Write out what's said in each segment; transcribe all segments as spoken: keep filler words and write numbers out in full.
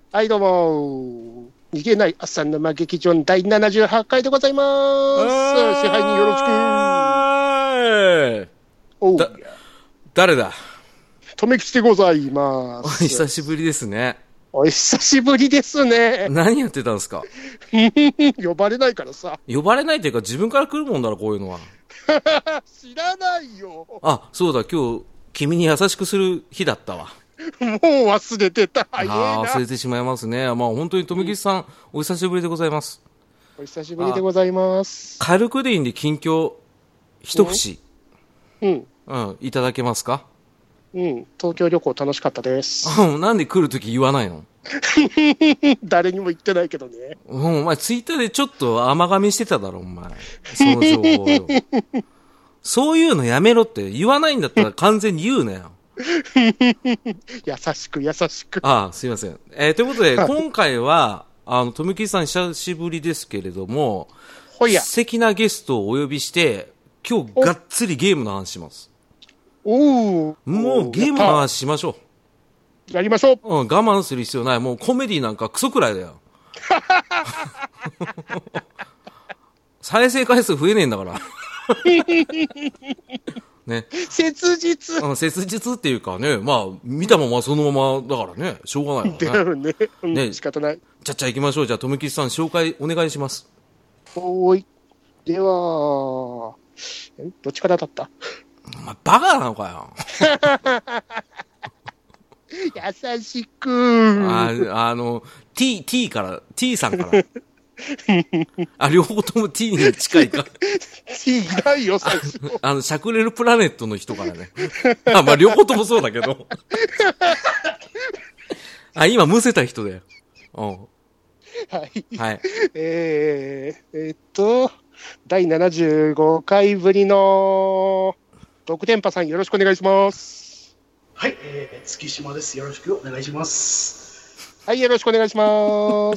はいどうも逃げない朝沼劇場のだいななじゅうはちかいでございます。支配人よろしく。おうだ誰だ。 とめきちでございます。 お久しぶりですね。 お久しぶりですね。 何やってたんですか。 呼ばれないからさ。 呼ばれないというか自分から来るもんだろこういうのは。 知らないよ。 あ、そうだ、今日君に優しくする日だったわ。 もう忘れてた。 ああ、忘れてしまいますね。まあ本当に富吉さん、うん、お久しぶりでございます。 お久しぶりでございます。 軽くでいいんで近況一節、 うん、 うん、いただけますか。 うん、東京旅行楽しかったです。 なんで来るとき言わないの。 誰にも言ってないけどね。 うん、お前ツイッターでちょっと甘噛みしてただろお前。その情報よ。そういうのやめろって。言わないんだったら完全に言うなよ。 優しく優しく。 ああ、すいません。えー、ということで、今回は、あの、富木さん久しぶりですけれども、 ほいや。 素敵なゲストをお呼びして、今日がっつりゲームの話します。 おお。 もうゲームの話しましょう。やりましょう。 うん、我慢する必要ない。もうコメディなんかクソくらいだよ。再生回数増えねえんだから。ね、 切実、 うん、切実っていうかね、まあ見たままそのままだからね、しょうがないからね。 ね、うん、 ね、 仕方ない。 じゃっちゃ行きましょう。じゃあ富吉さん紹介お願いします。 おーい。ではえどっちからだった。 お前バカなのかよ。 優しく。 ああの T T から T さんから。あ、両方とも T に近いか。 T いないよ、最初。 あの、しゃくれるプラネットの人からね。あ、まあ、両方ともそうだけど。あ、今、むせた人だよ。うん。 はい。 はい。 えー、えー、っと、だいななじゅうごかいぶりの、毒電波さんよろしくお願いします。 はい、えー、月島です。よろしくお願いします。 はい、よろしくお願いします。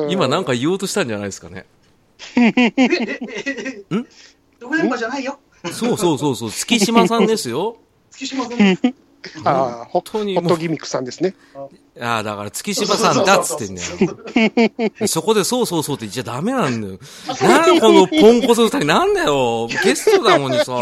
今なんか言おうとしたんじゃないですかね。 え、え、え、え、ん毒電波じゃないよ。 そうそうそうそう、月島さんですよ。 月島さん。 ああ、本当にホットギミックさんですね。 ああ、だから月島さんだっつってんだよ。そこでそうそうそうって言っちゃダメなんだよ。なんだこのポンコツ二人なんだよ。ゲストだもんにさ。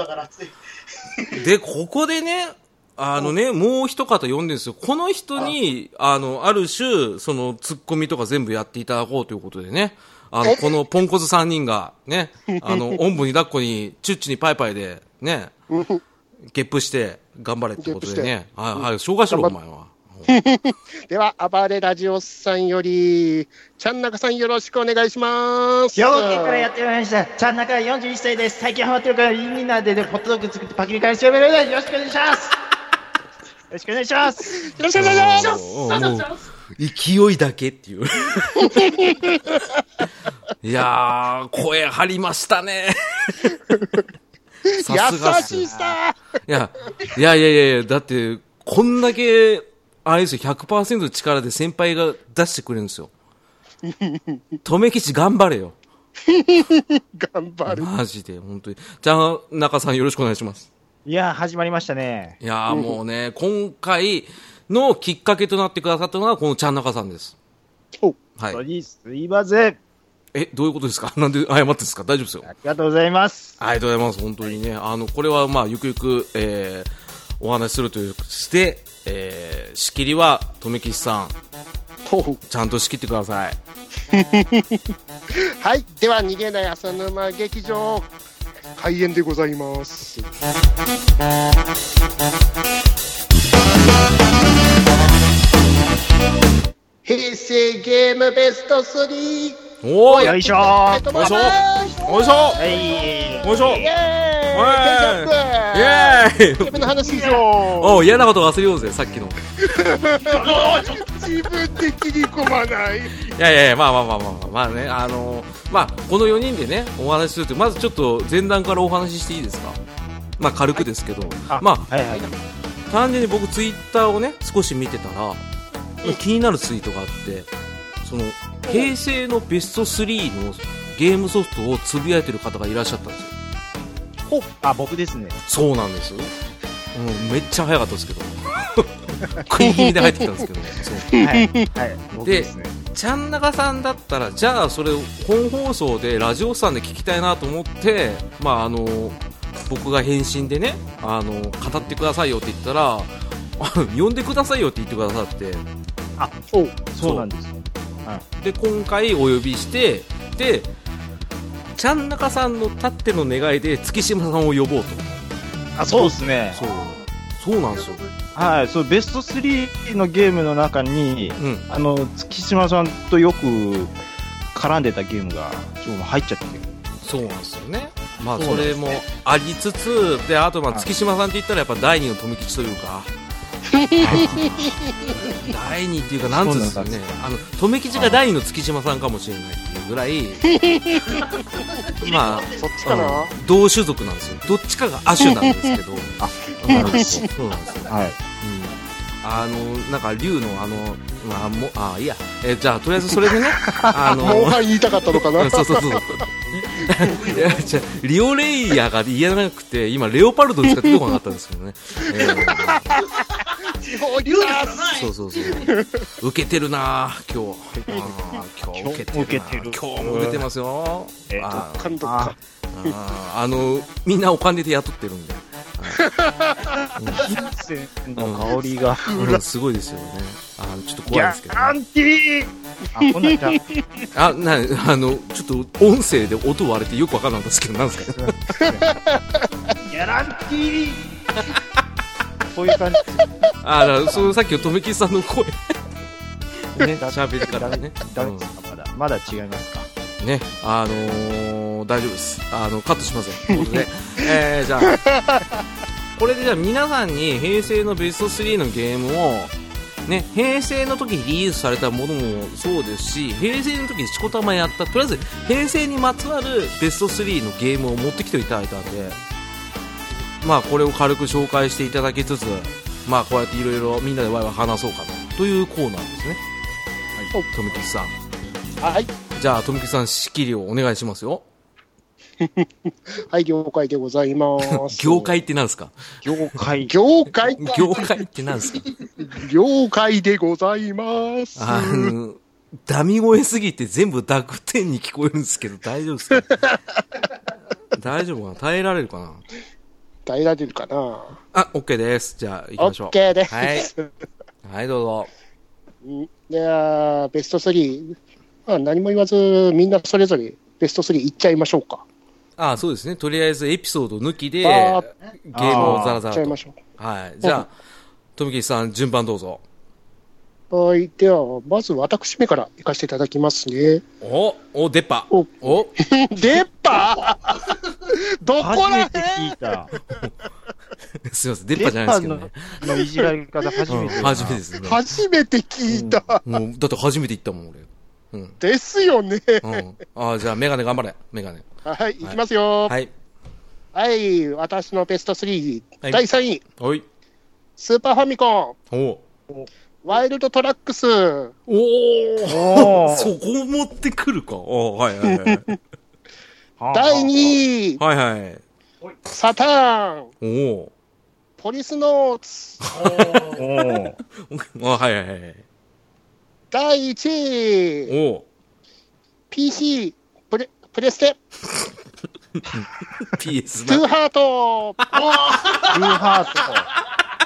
で、ここでね、あのね、もう一方呼んでるんですよ。この人に、あの、ある種、その、ツッコミとか全部やっていただこうということでね。あの、このポンコツ三人が、ね、あの、おんぶに抱っこに、チュッチュにパイパイで、ね、ゲップして、頑張れってことでね。はい、はい、紹介しろ、お前は。 では、暴れラジオさんより、ちゃんなかさんよろしくお願いします。 兵庫県からやってまいりました。ちゃんなかよんじゅういっさいです。最近ハマってるから、みんなで、ね、ホットドッグ作ってパキリからしようめるので、よろしくお願いします。よろしくお願いします。 よろしくお願いします。 勢いだけっていう。いやー、声張りましたね。 さすが優しさ。 いや、いやいやいやいや、だって、こんだけ、あれですよ、ひゃくパーセント 力で先輩が出してくれるんですよ。とめきち頑張れよ。 頑張る。 マジで、本当に。じゃあ、中さんよろしくお願いします。 いやー、始まりましたね。 いやー、もうね、今回のきっかけとなってくださったのが、このちゃんなかさんです。 おはい。すいません。 え、どういうことですか。なんで謝ってんですか。大丈夫ですよ。 ありがとうございます。 ありがとうございます。本当にね、あの、これはまあ、ゆくゆく、えー、お話しするというして、えー、仕切りは、とめきちさん、ちゃんと仕切ってください。 はい。では、逃げない浅沼劇場、開演でございます。平成ゲームベストスリー。 おー、 よいしょー。 よいしょー。よいしょはい。 よいしょ。 イエーイ。 イエーイ。 ゲームの話しよう。 おう、嫌なこと忘れようぜ、さっきの。 自分で切り込まない。 いやいやいや、まあまあまあまあまあ、まあね、あのー、まあ、このよにんでね、お話しするという、まずちょっと前段からお話ししていいですか。まあ、軽くですけど。 はい、 まあ、 はいはい。 単純に僕ツイッターをね、少し見てたら、気になるツイートがあって、その、平成のベストスリーのゲームソフトをつぶやいてる方がいらっしゃったんですよ。 ほあ、僕ですね。 そうなんです。うん、めっちゃ早かったですけど。 食い気味で入ってきたんですけど、そうはい。はい。僕でですね。 ちゃんなかさんだったら、じゃあそれ本放送でラジオさんで聞きたいなと思って、まああの僕が返信でね、あの語ってくださいよって言ったら、呼んでくださいよって言ってくださって、 あ、 おそうなんですよ。 で今回お呼びして、でちゃんなかさんのたっての願いで月島さんを呼ぼうと。 あ、そうですね。 そうそうなんですよ。 はい、そうベストスリーのゲームの中に、 うん、 あの月島さんとよく絡んでたゲームがちょっと入っちゃってる。 そうなんですよね。まあそうなんですねそれもありつつで、あとまあ月島さんって言ったらやっぱ第二の富吉というか第二っていうかなんつうんですかね、あの富吉が第二の月島さんかもしれないっていうぐらいまあそっちかな、 うん同種族なんですよ。どっちかが亜種なんですけどあ、 なるほどそうなんですよ。 はい。 うん、あのなんか竜のあのまあもあいいや、えじゃあとりあえずそれでねあのもうはい言いたかったのかなそうそうそういやじゃリオレイヤーが言えなくて今レオパルドしか出てこなかったんですけどね、えー、 地方竜ですからな。 そうそうそう受けてるな今日あ今日受けてるな受けてる今日も受けてますよ。 えあどっかんどっかああのみんなお金で雇ってるんで金銭の香りが、 うん、すごいですよね。あのちょっとギ怖いですけど、ね、 ャランティー。あ、こんなんじゃあなあのちょっと音声で音割れてよくわかんないんですけど、なんですかギャランティー。こういう感じ。 あだからそのさっきの留吉さんの声ね、 喋り方ねダメですか、まだまだ違いますか。 ね、あのー、大丈夫です。あのカットしません。ということで、えー、じゃあこれでじゃあ皆さんに平成のベストスリーのゲームをね、平成の時にリリースされたものもそうですし、平成の時にしこたまやった、とりあえず平成にまつわるベストスリーのゲームを持ってきていただいたんで、まあこれを軽く紹介していただきつつ、まあこうやっていろいろみんなでワイワイ話そうかなというコーナーですね。はい、富吉さん。 はいじゃあ富吉さん仕切りをお願いしますよ。 はい、業界でございます。 業界ってなんですか？ 業界。 業界業界ってなんですか？ 業界でございます。 あの、ダミ声すぎて全部濁点に聞こえるんですけど、大丈夫ですか？大丈夫かな？耐えられるかな？ 耐えられるかな？ あ、OK です。じゃあ行きましょう。 OK です。 はい。はい、どうぞ。 では、ベストスリー、まあ、何も言わず、みんなそれぞれベストスリーいっちゃいましょうか。 ああ、そうですね。とりあえずエピソード抜きで、ゲあームをザラザラと。 いっちゃいましょはい。じゃあ、富吉さん、順番どうぞ。 う。はい。では、まず私目から行かせていただきますね。 お、お、出っ歯。 おお、 出っ歯どこ初めらへんて聞いた。 すいません。出っ歯じゃないですけどね。 のいじられ方初めて。 うん初めてですね。 初めて聞いた。 もう、だって初めて言ったもん、俺。うん。 ですよね。 うん。ああ、じゃあ、メガネ頑張れ。メガネ。 はい、いきますよ。 はい。 はい、私のベストスリー、 はいだいさんい、 おい。 スーパーファミコン、 おワイルドトラックス、 おおーそこ持ってくるか。おはいはいはい。 だいにい、 はいはい。 サターン、 おお。 ポリスノーツ、 おーあはいはいはい。 だいいちい、 おお。 ピーシー、プレプレステ、 ピーエストゥーな。 ハート、 ルーハー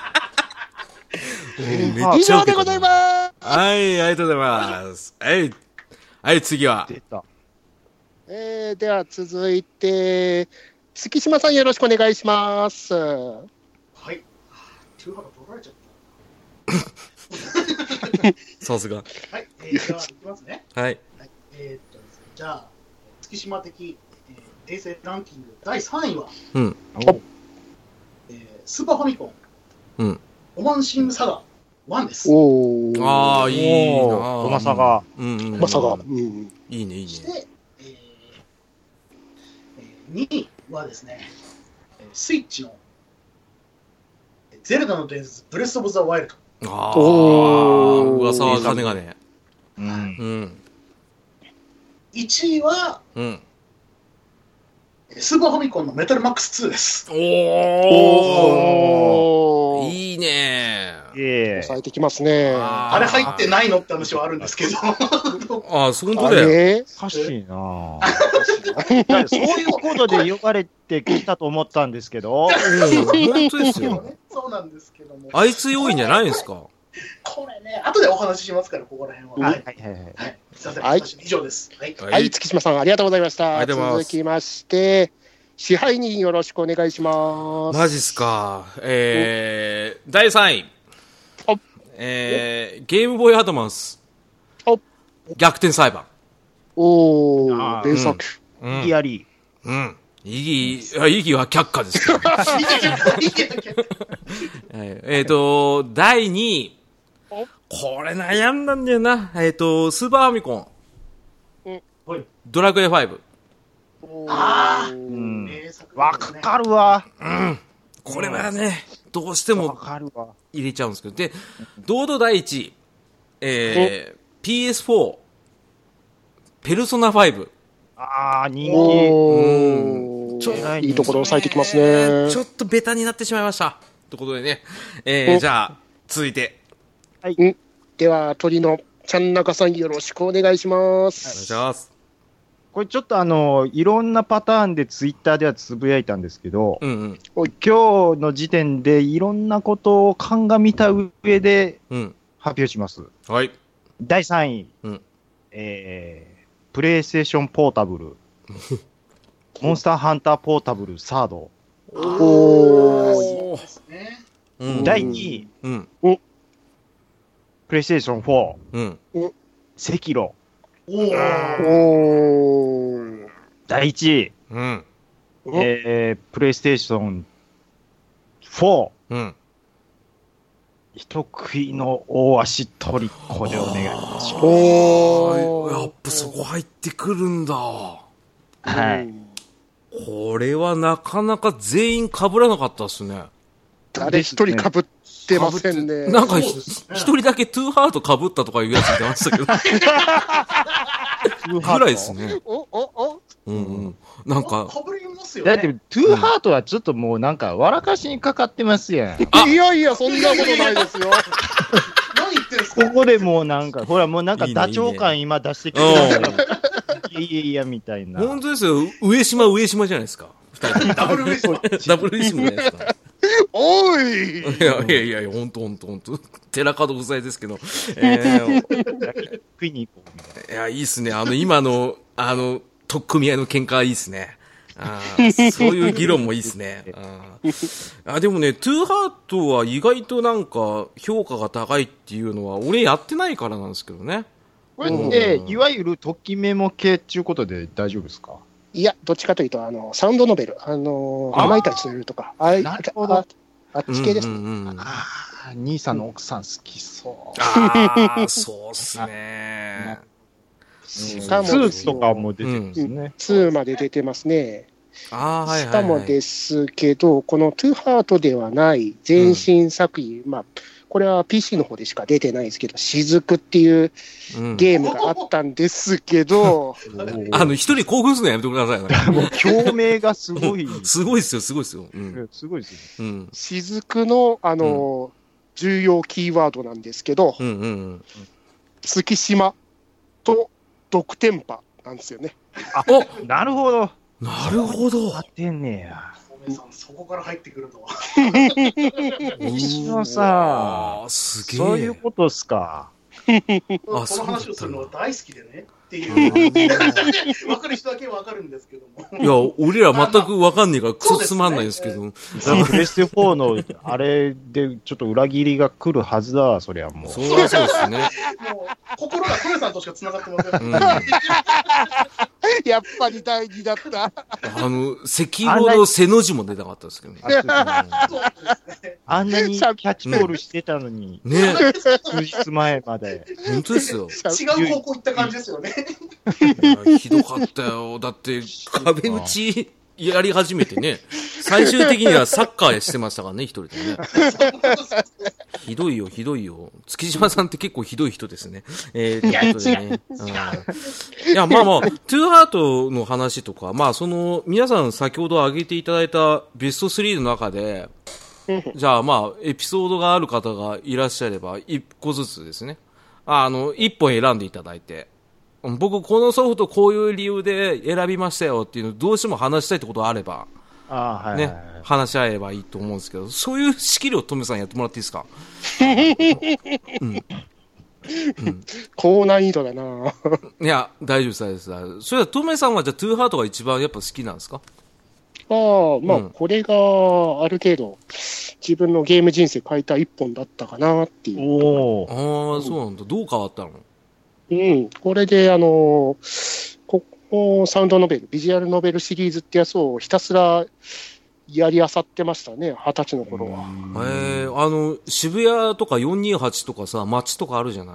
めっ以ちゃ受けた上でございます。 はい、ありがとうございます。はい。はい、次はト。。出た。 えー、では続いて、月島さんよろしくお願いします。 はい。トゥーハート取られちゃっさすが。 た。はい。えー、では、いきますね。 はい。 はい。えー、っとですね、じゃあ、月島的、えー、平成ランキングだいさんいは、 うん。 えー、スーパーファミコン、 うん。 オマンシングサガワンです。 おー。 ああ、いいなおーまさが。 うんうん。 まさか。うん。 いいね、いいね。 そして、えーえー、にいはですね、えースイッチの、えーゼルダの伝説、ブレス・オブ・ザ・ワイルド。 ああ、 おー噂は金がね。 うん。 うん。 いちいは、 うん。 スーパーファミコンのメタルマックスツーです。 おおー。 いいねええ抑えてきますね。 あれ入ってないのって話はあるんですけど。 ああ、本当あだよ。 れおかしいなぁ。だからそういうことで呼ばれてきたと思ったんですけど。 うん、本当ですよ。 そうなんですけども。 あいつ要因じゃないんですか？ これね、後でお話ししますから、ここら辺は。 ははいい。 はいはいはい。 はい。すいません、 はい私以上です。はい。 ははい、月島さん、ありがとうございました。 ありがとうございます続きまして、支配人よろしくお願いします。 マジっすか。えー、だいさんいお。 えー、ゲームボーイアドバンス。 お逆転裁判。 おー、 あー連作。 うん。 やり。 うん。意義、あ意義は却下ですけど、ね。 いいけどいいけどはいえっ、と、だいにいお。 これ悩んだんだよな。えっ、と、スーパーファミコン。 はいドラクエファイブ。 あーうん。 名作わですねかるわ。 これはね、どうしてわもかるわ。 入れちゃうんですけど。で、堂々だいいちい。えー、ピーエスフォー。ペルソナファイブ。 ああ、人気。 おちょー、いいところを抑えてきますね。 ちょっとベタになってしまいました。ということでね。えー、 おじゃあ、続いて。 では、鳥のちゃんなかさんよろしくお願いしまお願いす。 します。 これちょっとあの、いろんなパターンでツイッターではつぶやいたんですけど、 うんうん。 今日の時点でいろんなことを鑑みた上でうん。 発表します。 はい。 だいさんい、 うんえー、プレイステーションポータブル、モンスターハンターポータブルサード、 おー。 そうですね。 うんだいにい、 うん。 プレイステーションフォー、 うん。 赤炉、 おー。 おー。 だいいちい、 うん。 えー、プレイステーションフォー、 うん。 人食いの大足トリッコでお願いいたします。 おー。 やっぱそこ入ってくるんだ。 はい。 これはなかなか全員被らなかったっすね。 誰一人かぶってませんね。 なんかひそうですね一人だけトゥーハート被ったとかいうやついてましたけど。ぐらいですね。 お、お、お、 うんうん。なんか、 かぶりますよだって、 ね。 トゥーハートはちょっともうなんか、笑かしにかかってますやん。 いやいや、そんなことないですよ。 何言ってるんですかここでもうなんか、ほらもうなんかいいねダチョウ感今出してきてるから、いやいやいやみたいな。 本当ですよ。上島上島じゃないですか。二人ともダブルウエスト。 ダブル上島じゃないですか。 おい。 いやいやいやいや、ほんとほんとほんと。寺門夫妻ですけど。えー、 食いに行こうみたいな。 いや、いいっすね。あの、今の、あの、取っ組み合いの喧嘩いいっすね。あーそういう議論もいいっすね。あーあ、でもね、トゥーハートは意外となんか評価が高いっていうのは、俺やってないからなんですけどね。 これって、いわゆるときメモ系っていうことで大丈夫ですか？ いや、どっちかというと、あの、サウンドノベル、あの、 あー甘いたちというとか、あいなるほどああっち系ですね。 うんうんうん、あああ、兄さんの奥さん好きそう。 あ、そうっすね。 しかもスーツとかも出てるんですね。 ツーまで出てますね。 ああ、はいはい、はい。 しかもですけど、このトゥーハートではない前身作品、まあ、これは ピーシー の方でしか出てないですけど、雫っていううん、 ゲームがあったんですけど、 あの、一人興奮するのやめてくださいね。 もう共鳴がすごい。 すごいっすよ、すごいっすよ。うん。 すごいですね。 うん。 雫の、あの、重要キーワードなんですけど、 うんうんうん。 月島と毒天パなんですよね。 おなるほど。 なるほど。 当てんねや。 おめさん、そこから入ってくるとは。 西野さああ、すげえ。 そういうことっすか。 このそうだったんだ話をするのは大好きでねっていう。わかる人だけわかるんですけども。 いや、俺ら全くわかんねえから、クソつまんないですけど。 プレステフォーのあれでちょっと裏切りが来るはずだわ、そりゃもう。 そうそうですね。 もう、心がトレさんとしか繋がってません。 うん。 やっぱり第二だった。 あの、赤色の背の字も出なかったですけどね。 あそうですねそうですね。 あんなにキャッチボールしてたのに、 ね数日前まで。 本当ですよ。 違う方向行った感じですよね。 いやひどかったよ。だって、壁打ちやり始めてね、最終的にはサッカーしてましたからね、一人でね。ひどいよ、ひどいよ。月島さんって結構ひどい人ですね。えー、ということでね。うんいや、まあまあ、トゥーハートの話とか、まあその、皆さん先ほど挙げていただいたベストスリーの中で、 じゃあまあ、エピソードがある方がいらっしゃれば、一個ずつですね。あの、一本選んでいただいて。僕、このソフトこういう理由で選びましたよっていうのどうしても話したいってことがあれば、 あ、はいはいはい、 ね、話し合えばいいと思うんですけど、そういう仕切りをトメさんやってもらっていいですか？うん。 うん、高難易度だな。 いや、大丈夫です、大丈夫です。それはトメさんはじゃあトゥーハートが一番やっぱ好きなんですか？ ああ、まあ、うん、これがある程度自分のゲーム人生変えた一本だったかなっていう。 おああ、そうなんだ。どう変わったの？ うん、これであのここサウンドノベル、ビジュアルノベルシリーズってやつをひたすらやりあさってましたね、二十歳の頃は。 へえー、あの渋谷とかよんにーはちとかさ、街とかあるじゃない。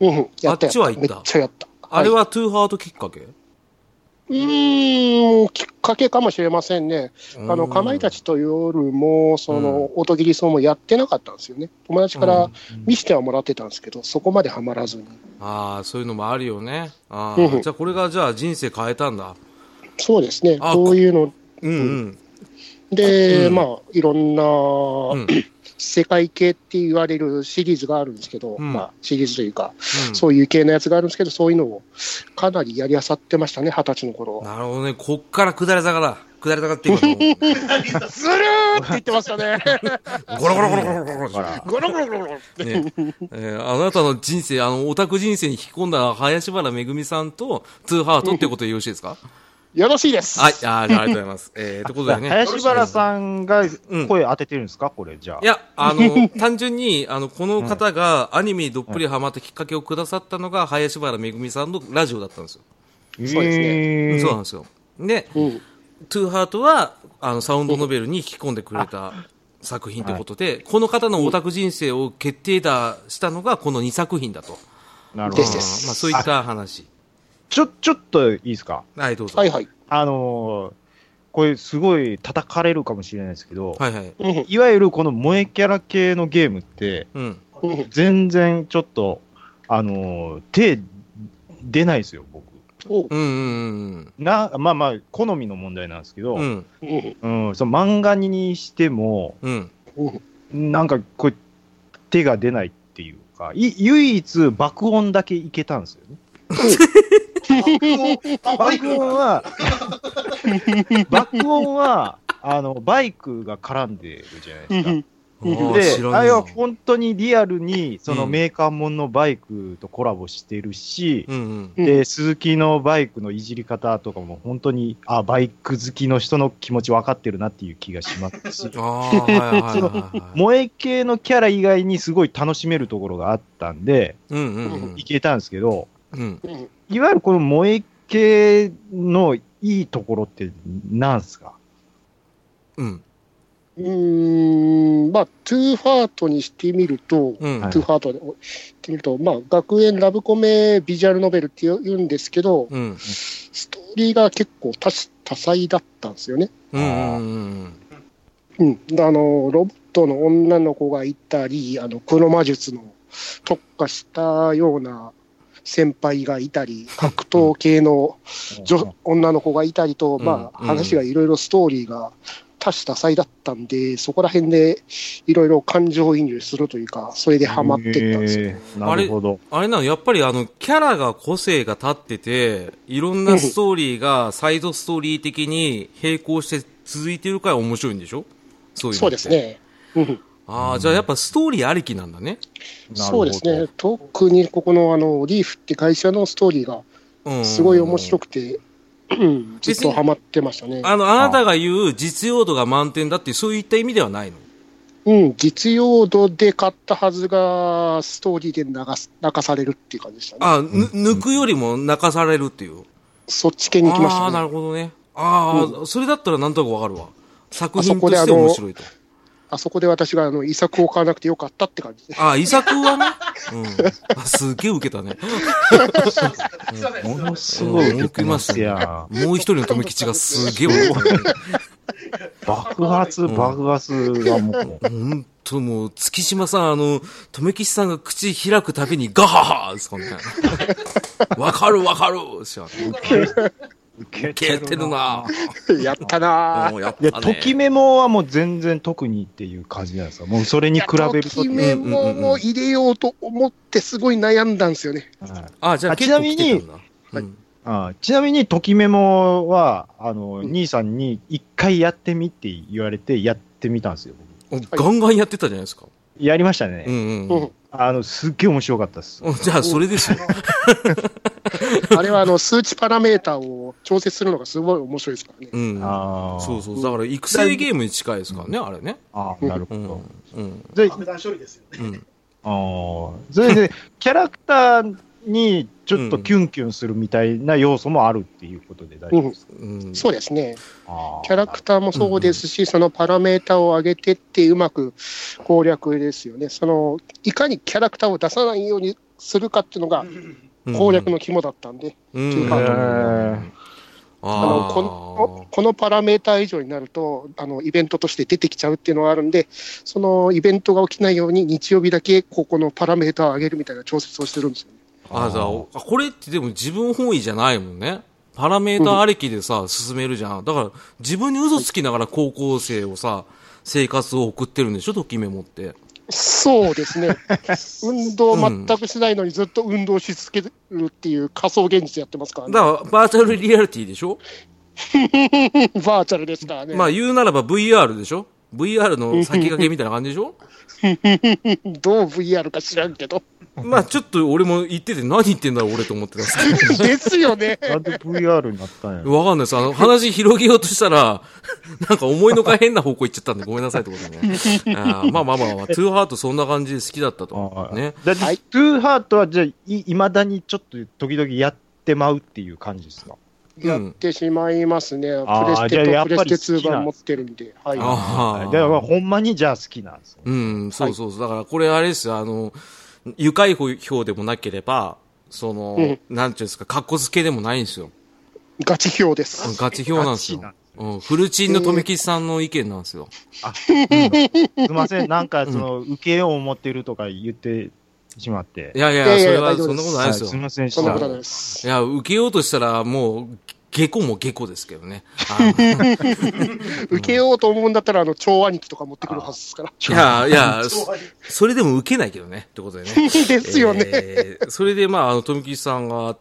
うん、やったやった。 あっちは行った。 めっちゃやった。 あれはトゥーハートきっかけ？ うーん、きっかけかもしれませんね。あの、かまいたちと夜も、その、うん、音切り層もやってなかったんですよね。友達から見せてはもらってたんですけど、うん、そこまではまらずに。 ああ、そういうのもあるよね。あうん、じゃあこれがじゃあ人生変えたんだ。 そうですね。こういうの。 うんうん。 で、うん、まあ、いろんな、うん世界系って言われるシリーズがあるんですけど、うん、まあシリーズというか、うん、そういう系のやつがあるんですけど、そういうのをかなりやりあさってましたね、二十歳の頃。 なるほどね。こっから下り坂だ。下り坂って言うの。ずるーって言ってましたね。 ゴロゴロゴロゴロゴロゴロ。 ゴロゴロゴロゴロって。 ねえー、あなたの人生、あの、オタク人生に引き込んだ林原めぐみさんと、トゥーハートってことでよろしいですか？ よろしいです。 はい、あ, ありがとうございます。えー、ということでね。 林原さんが声当ててるんですか、うん、これ、じゃあ。 いや、あの、単純に、あの、この方がアニメにどっぷりハマったきっかけをくださったのが、林原めぐみさんのラジオだったんですよ。 そうですね。 そうなんですよ。で、うん、トゥーハートは、あの、サウンドノベルに引き込んでくれた作品ということで、はい、この方のオタク人生を決定打したのが、このにさく品だと。 なるほど。ですまあ、そういった話。 ちょ、ちょっといいですか？ はい、どうぞ。 はいはい。 あのー、これすごい叩かれるかもしれないですけど、 はいはい。 いわゆるこの萌えキャラ系のゲームって、うん、全然ちょっと、あのー、手出ないですよ、僕。 うんうんうん、 なまあまあ、好みの問題なんですけど、うんうん、その漫画にしても、うん、なんかこう手が出ないっていうか、い唯一爆音だけいけたんですよね。爆音は、爆音は、あの、バイクが絡んでるじゃないですか。で、あれは本当にリアルに、そのメーカーもんのバイクとコラボしてるし、うんうん、で、鈴木のバイクのいじり方とかも本当に、あ、バイク好きの人の気持ち分かってるなっていう気がしますし、萌え系のキャラ以外にすごい楽しめるところがあったんで、うんうんうん、いけたんですけど、うん、いわゆるこの萌え系のいいところって何すか？ うん。うーん、まあ、トゥーハートにしてみると、うん、トゥーハートでしてみると、まあ、学園ラブコメビジュアルノベルって言うんですけど、うん、ストーリーが結構多多彩だったんですよね。うん。うん。あの、ロボットの女の子がいたり、あの、黒魔術の特化したような先輩がいたり、格闘系の女女の子がいたりと、まあ、話がいろいろストーリーが多種多彩だったんで、そこら辺でいろいろ感情移入するというか、それでハマってったんですよ。 なるほど。 あれ、あれなの、やっぱりあの、キャラが個性が立ってて、いろんなストーリーがサイドストーリー的に並行して続いてるから面白いんでしょ？そういうの。 そうですね。うんああ、じゃあやっぱストーリーありきなんだね。 そうですね。特にここのあの、リーフって会社のストーリーが、すごい面白くて、うん、ずっとハマってましたね。 あの、あなたが言う実用度が満点だってそういった意味ではないの？ うん、実用度で買ったはずが、ストーリーで流す泣かされるっていう感じでしたね。 ああ、抜くよりも泣かされるっていう。 そっち系に行きましたね。 ああ、なるほどね。ああ、うん、それだったらなんとなくわかるわ。作品として面白いと。 あそこで私があの遺作を買わなくてよかったって感じで。 ああ、遺作はね。うん。すげえ受けたね。 うん、ものすごい受けましたよ。 もう一人の留吉がすげえ受けた。 爆発、爆発がもう。 ほんともう、月島さん、あの、留吉さんが口開くたびにガハハですかね。わかるわかるしかね。 受けてるなやったなぁ。やったね。いや、ときメモはもう全然特にっていう感じなんですか。もうそれに比べると。 ときメモも入れようと思ってすごい悩んだんですよね。 はい、あ、じゃあ結構来てたんだ。 はい、 あちなみに、ときメモは、あの、うん、兄さんに一回やってみって言われて、やってみたんですよ。 ガンガンやってたじゃないですか。 やりましたね。 うんうんうん、 あの、すっげえ面白かったです。 じゃあ、それですよ。 あれは、あの、数値パラメータを調節するのがすごい面白いですからね。 うん。あそうそう。だから、育成ゲームに近いですからね、あれね。 ああ、なるほど。 うん。で、爆弾処理ですよね。うん。 ああ。それで、キャラクターにちょっとキュンキュンするみたいな要素もあるっていうことで大丈夫ですか？ うんうん、そうですね。キャラクターもそうですし、うん、そのパラメータを上げてってうまく攻略ですよね。そのいかにキャラクターを出さないようにするかっていうのが攻略の肝だったんで、うん、あのこのこのパラメータ以上になるとあのイベントとして出てきちゃうっていうのがあるんで、そのイベントが起きないように日曜日だけここのパラメータを上げるみたいな調節をしてるんですよね。 あ、じゃあ、これってでも自分本位じゃないもんね。パラメータありきでさ、うん、進めるじゃん。だから、自分に嘘つきながら高校生をさ、生活を送ってるんでしょ、ときメモって。 そうですね。運動全くしないのにずっと運動し続けるっていう仮想現実やってますからね。 だから、バーチャルリアリティでしょバーチャルですからね。 まあ言うならば ブイアール でしょ ブイアール の先駆けみたいな感じでしょどう ブイアール か知らんけど。 まあちょっと俺も言ってて何言ってんだろう俺と思ってたんですけど。 ですよね。 なんで ブイアール になったんやろ。 わかんないです。あの話広げようとしたら、なんか思いのか変な方向行っちゃったんでごめんなさいってことでね。あまあまあまあまあ、トゥーハートそんな感じで好きだったと。ね。 だって、はい、トゥーハートはじゃあい、いまだにちょっと時々やってまうっていう感じですか？ やってしまいますね。うん、プレステとプレステツー版持ってるんで。はい。 ああ。だからほんまにじゃあ好きなんですよ。 うん、そうそうそう。だからこれあれですよ、あの、愉快票でもなければ、その、うん、なんていうんですか、格好付けでもないんですよ。 ガチ票です。 ガチ票なんですよ。うん、フルチンの富吉さんの意見なんですよ。 あ、うん、すいません。なんか、その、受けよう思ってるとか言ってしまって。 いやいや、それはそんなことないですよ。 すいません。 そんなことないです。 いや、受けようとしたら、もう、下戸も下戸ですけどね。 受けようと思うんだったら、あの、超兄貴とか持ってくるはずですから。 いや、いや、それでも受けないけどね。ってことでね。 ですよね。 えー、それで、まあ、あの、富吉さんがあって、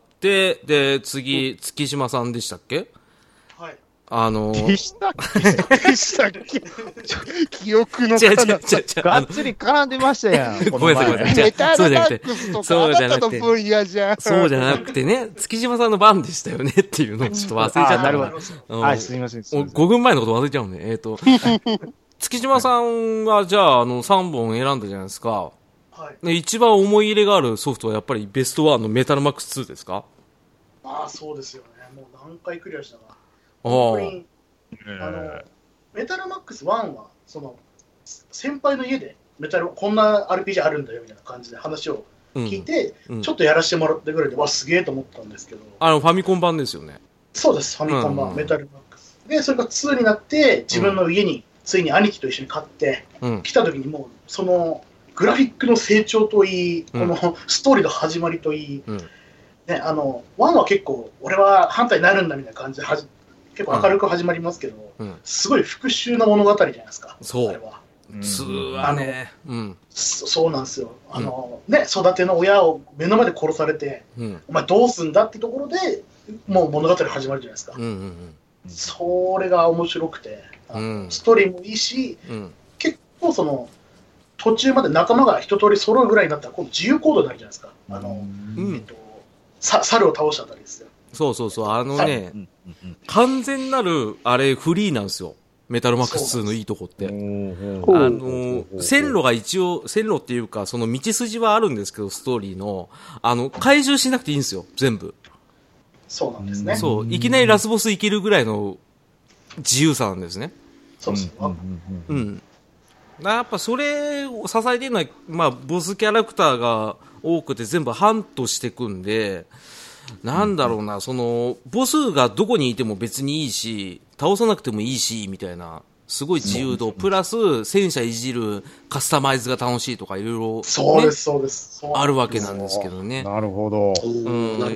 で、次、月島さんでしたっけ？ はい。 あのー、 でしたっけでしたっけ記憶の彼方。 がっつり絡んでましたやん。 ごめんなさい、ごめんなさい。 メタルマックスとかあなたの分野じゃん。 そうじゃなくてね、月島さんの番でしたよねっていうのをちょっと忘れちゃった。 なるほど。はい、すみません。 ごふんまえのこと忘れちゃうんで、えっと、月島さんはじゃあ、あの、さんぼん選んだじゃないですか。 はい。 で一番思い入れがあるソフトはやっぱりベストワンのメタルマックスツーですか？ ああ、そうですよね。もう何回クリアしたか。 ああのメタルマックスワンはその先輩の家でメタルこんな アールピージー あるんだよみたいな感じで話を聞いて、うんうん、ちょっとやらせてもらってぐらいでわすげえと思ったんですけど、 あのファミコン版ですよね。 そうです、ファミコン版、うんうん、メタルマックスでそれがツーになって自分の家についに兄貴と一緒に買って、うん、来た時にもうそのグラフィックの成長といい、うん、このストーリーの始まりといい、うんね、あのワンは結構俺は反対になるんだみたいな感じではじ結構明るく始まりますけど、うん、すごい復讐の物語じゃないですか。 そう。 あれは。 ツーはね、うん、 そ。そうなんですよ。あの、うん、ね、育ての親を目の前で殺されて、うん、お前どうすんだってところで、もう物語始まるじゃないですか。うんうんうん、それが面白くて、うん、ストーリーもいいし、うん、結構その、途中まで仲間が一通り揃うぐらいになったら、今度自由行動になるじゃないですか。あの、うん、えっと、さ猿を倒したあたりですよ。 そうそうそう、あのね、うんうんうん、完全なる、あれ、フリーなんですよ。メタルマックスツーのいいとこって。あの、線路が一応、線路っていうか、その道筋はあるんですけど、ストーリーの、あの、回収しなくていいんですよ、全部。 そうなんですね。 そう、いきなりラスボスいけるぐらいの自由さなんですね。 そうそう。 うん。やっぱそれを支えてるのは、まあ、ボスキャラクターが多くて全部ハントしていくんで、なんだろうな、その、ボスがどこにいても別にいいし、倒さなくてもいいし、みたいな、すごい自由度、プラス、戦車いじるカスタマイズが楽しいとか、いろいろ、 そうです、そうです。 あるわけなんですけどね。 なるほど。 うん。なるほど。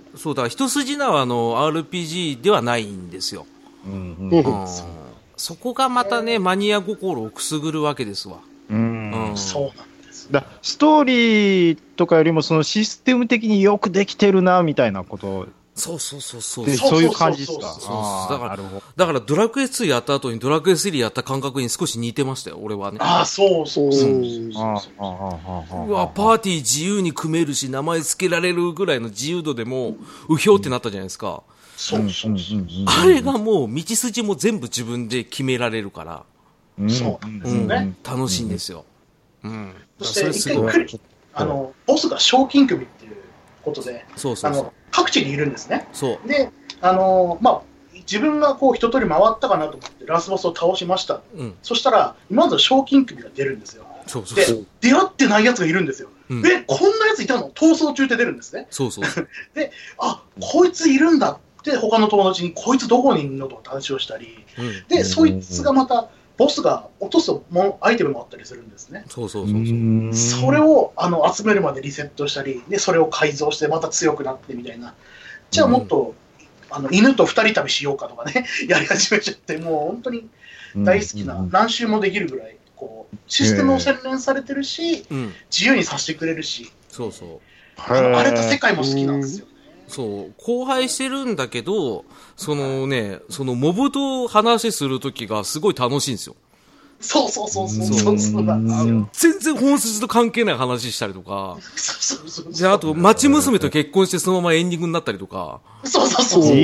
そうだ、一筋縄の アールピージー ではないんですよ。うんうんうん、そこがまたね、マニア心をくすぐるわけですわ。 うん、うん、そうなんですだ。ストーリーとかよりもそのシステム的によくできてるなみたいなことそうそうそうそうでそういう感じですか。 だからだからドラクエツーやった後にドラクエスリーやった感覚に少し似てましたよ俺はね。 ああそうそうそう。 うわパーティー自由に組めるし名前付けられるぐらいの自由度でもうひょうってなったじゃないですか。 そうそうそう。 あれがもう道筋も全部自分で決められるから、 うん、そうなんですよね、 うん、楽しいんですよ。うん。うん、 そして一回あのボスが賞金首っていうことで、 そうそうそう。 あの各地にいるんですね。 そうで、あのー、まあ、自分がこう一通り回ったかなと思ってラスボスを倒しました。うん、そしたら、今まず賞金首が出るんですよ。 そうそうそう。 で、出会ってないやつがいるんですよ。うん、え、こんなやついたの？逃走中って出るんですね。 そうそうそう。 で、あ、こいついるんだって、他の友達に、こいつどこにいるのとか話をしたり、うん、で、そいつがまた、ボスが落とすもアイテムもあったりするんですね。 そうそうそうそう。 それをあの集めるまでリセットしたり、でそれを改造してまた強くなってみたいな。じゃあもっと、うん、あの犬と二人旅しようかとかねやり始めちゃって、もう本当に大好きな、うん、何周もできるぐらいこうシステムを洗練されてるし、うん、自由にさせてくれるし、 そうそうあの荒れた世界も好きなんですよ。 そう荒廃してるんだけど、そのね、そのモブと話するときがすごい楽しいんですよ。 そうそうそうそうそうそうなんですよ。 全然本筋と関係ない話したりとか。で、あと、町娘と結婚してそのままエンディングになったりとか。 そうそうそうそう。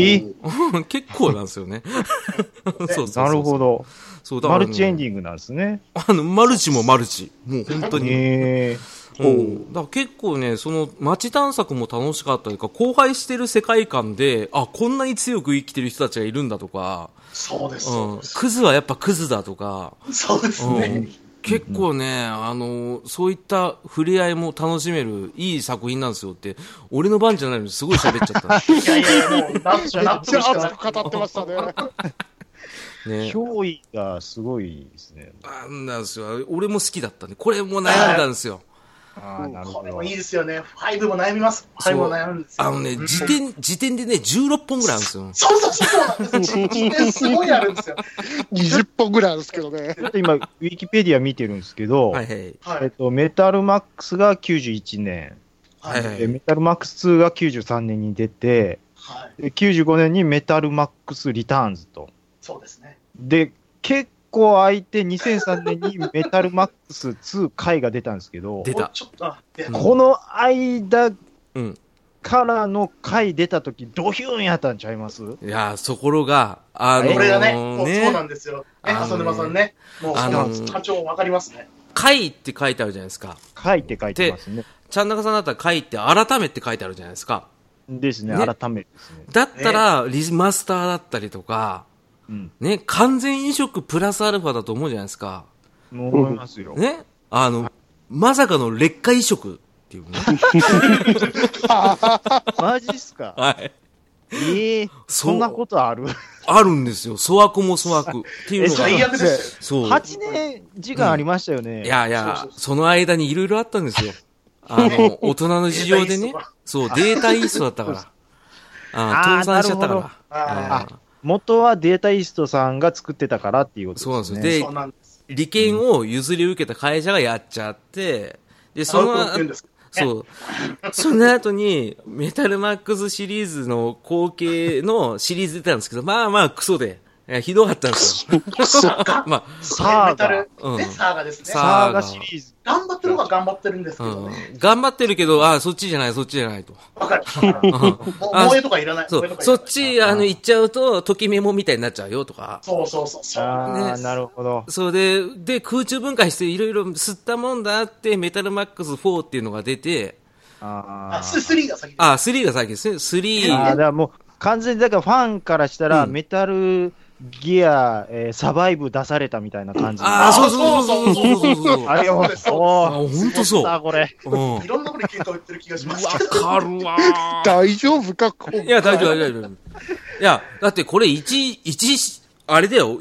結構なんですよね。 そうそうそう。なるほど。そうだから、ね、マルチエンディングなんですね。 あの、マルチもマルチ。もう本当に。へー。うん、だから結構ね、その街探索も楽しかったりとか、荒廃してる世界観で、あ、こんなに強く生きてる人たちがいるんだとか、 そうです、 うん、クズはやっぱクズだとか、 そうですね、うん、 結構ね、あの、そういった触れ合いも楽しめるいい作品なんですよって、俺の番じゃないのにすごい喋っちゃった。 いやいやいや、もう、なんちゃなって熱く語ってましたね。 ね、憑依がすごいですね。 あんなんですよ。俺も好きだったんで、これも悩んだんですよ。 あなるほどこれもいいですよね。ファイブも悩みます。ファイブも悩むんですよ。 あのね、時点、時点でね、じゅうろっぽんぐらいあるんですよ。 そうそうそうなんですよ。時点すごいあるんですよ。 にじゅっぽんぐらいあるんですけどね。 今、ウィキペディア見てるんですけど、はいはい、えっと、メタルマックスがきゅうじゅういちねん、はいはい、メタルマックスツーがきゅうじゅうさんねんに出て、はい、できゅうじゅうごねんにメタルマックスリターンズと。 そうですね。 で、結構空いてにせんさんねんにメタルマックスツー回が出たんですけど、 出た。 この間からの回出た時、ドヒューンやったんちゃいます？ いや、そころが、あのー、 これがね、ね、そうなんですよ。ね、浅沼さんね。もう、あのー、課長わかりますね。 回って書いてあるじゃないですか。 回って書いてますね。 ちゃんなかさんだったら回って改めって書いてあるじゃないですか。 ですね、ね改めですね。 だったら、リマスターだったりとか、うん、ね、完全移植プラスアルファだと思うじゃないですか。 思いますよ。 ね、あの、まさかの劣化移植っていうね。 マジっすか？ はい。 ええー、そんなことある？ あるんですよ。粗悪も粗悪っていうのが。 最悪ですそう。 はちねん時間ありましたよね。 うん、いやいや、そうそうそう、その間にいろいろあったんですよ。あの、大人の事情でね。そう、データイーストだったから。ああ、倒産しちゃったから。 ああ元はデータイーストさんが作ってたからっていうことですね。 そうなんです。で、利権を譲り受けた会社がやっちゃって、で、その、そう。その後に、メタルマックスシリーズの後継のシリーズ出たんですけど、まあまあクソで、いやひどかったんですよ。 まあ、サーガ。うん、ね、サーガですね。 サーガシリーズ。 頑張ってるのが頑張ってるんですけどね。 うん、頑張ってるけど、あ、そっちじゃない、そっちじゃないと。 わかる。萌えとかいらない。 そう、そっち、あの、行っちゃうと、ときメモみたいになっちゃうよとか。 そうそうそう。 ああ、なるほど。 そうで、で、空中分解していろいろ吸ったもんだって、メタルマックスフォーっていうのが出て、 ああ、スリーが先です。 あ、スリーが先ですね。スリー。 ああ、だからもう、完全に、だからファンからしたら、メタル、ギア、えー、サバイブ出されたみたいな感じ。 ああ、そうそうそうそうそうそう。 あれよ、そう。 あ、ほんとそう。 さあ、これ。 うん。いろんなことに喧嘩売ってる気がします。 わかるわー。 大丈夫か、 いや、大丈夫、大丈夫。いや、だってこれ一、一、あれだよ、プ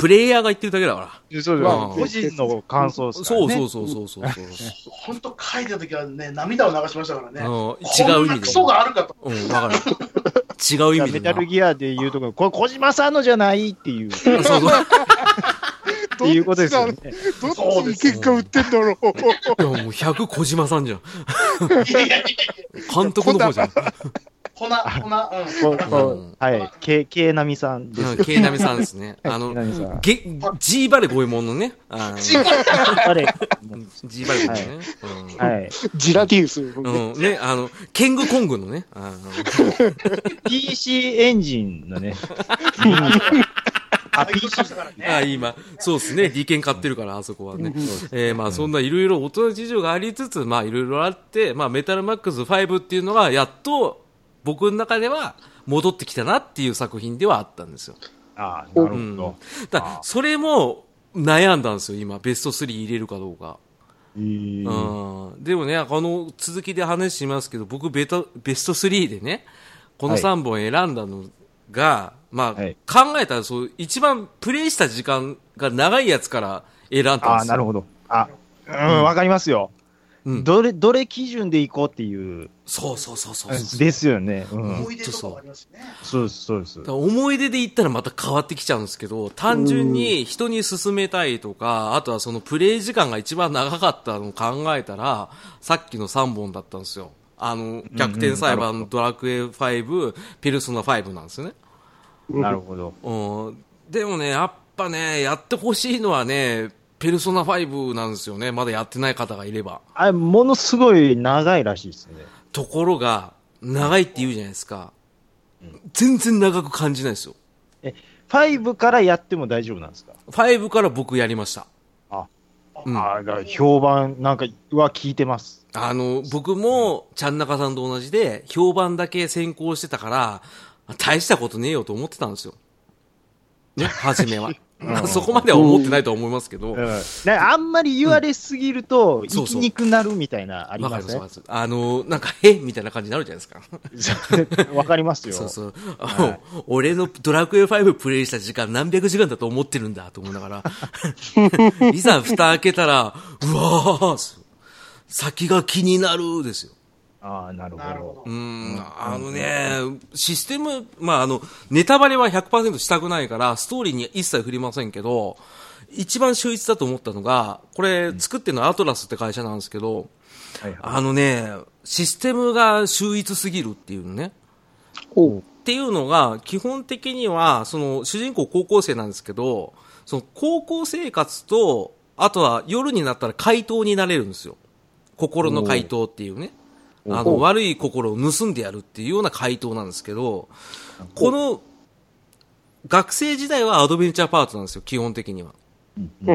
プレイヤーが言ってるだけだから。 そうです。個人の感想ですからね。 そうそうそうそうそう。 本当書いた時はね、涙を流しましたからね。違う意味で。 クソがあるかと。 うん、わかる。違う意味で。 メタルギアで言うところ、これ小島さんのじゃないっていう。そうそう。っていうことですよね。 どっちに結果売ってんだろう。いや、もうひゃく小島さんじゃん。監督の方じゃん。 粉、粉、うん。 はい。K、K ナミさんです。 K ナミさんですね。あの、ゲ、ジーバレ五右衛門のね。 ジーバレ。 ジーバレ五右衛門ね。はい。 ジラディウス。 うん。ね、あの、ケングコングのね。 ピーシー エンジンのね。 あ、ピーシー したからね。 あ、今、そうですね。利権買ってるから、あそこはね。えー、まあ、そんないろいろ大人事情がありつつ、まあ、いろいろあって、まあ、メタルマックスファイブっていうのが、やっと、僕の中では戻ってきたなっていう作品ではあったんですよ。 ああ、なるほど。うん、 だそれも悩んだんですよ、今。ベストスリー入れるかどうか。 えー、 うん、でもね、あの、続きで話しますけど、僕ベト、ベストスリーでね、このさんぼん選んだのが、はい、まあ、はい、考えたらそう、一番プレイした時間が長いやつから選んだんですよ。ああ、 なるほど。あ、うん、わかりますよ。うん、どれ、どれ基準でいこうっていう。 そうそうそうそう。 ですよね。うん、 思い出とかありますね。 そうです、そうです。 思い出で言ったらまた変わってきちゃうんですけど、単純に人に勧めたいとか、あとはそのプレイ時間が一番長かったのを考えたら、さっきのさんぼんだったんですよ。あの、逆転裁判、うんうん、ドラクエファイブ、ペルソナファイブなんですよね。 なるほど。 うん。でもね、やっぱね、やってほしいのはね、ペルソナファイブなんですよね。まだやってない方がいれば。 あれ、ものすごい長いらしいですね。 ところが、長いって言うじゃないですか。うん、全然長く感じないですよ。 え、ファイブからやっても大丈夫なんですか？ ファイブから僕やりました。 あ、うん、あ、だから評判なんかは聞いてます。 あの、僕も、ちゃんなかさんと同じで、評判だけ先行してたから、大したことねえよと思ってたんですよ。ね、初めは。うん、そこまでは思ってないとは思いますけど、うん、 あんまり言われすぎると、うん、生きにくなるみたいなありますね。 あの、なんか、えみたいな感じになるじゃないですか。 わかりますよ。 そうそう。はい、俺のドラクエファイブプレイした時間何百時間だと思ってるんだと思いながら、いざ蓋開けたら、うわー、先が気になるですよ。 ああ、なるほど。 うん、あのね、システム、まあ、あの、ネタバレは ひゃくパーセント したくないから、ストーリーに一切振りませんけど、一番秀逸だと思ったのが、これ作ってるのはアトラスって会社なんですけど、はいはい、あのね、システムが秀逸すぎるっていうのね。 おっていうのが、基本的には、その、主人公高校生なんですけど、その、高校生活と、あとは夜になったら怪盗になれるんですよ。心の怪盗っていうね。あの、悪い心を盗んでやるっていうような回答なんですけど、この、学生時代はアドベンチャーパートなんですよ、基本的には。うん。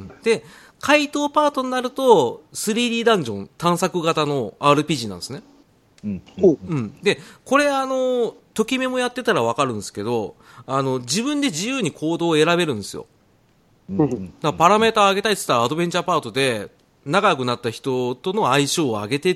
で、回答パートになると、スリーディー ダンジョン探索型の アールピージー なんですね。うん。うん。で、これあの、ときめもやってたらわかるんですけど、あの、自分で自由に行動を選べるんですよ。うん。だからパラメーター上げたいって言ったらアドベンチャーパートで、仲良くなった人との相性を上げていって、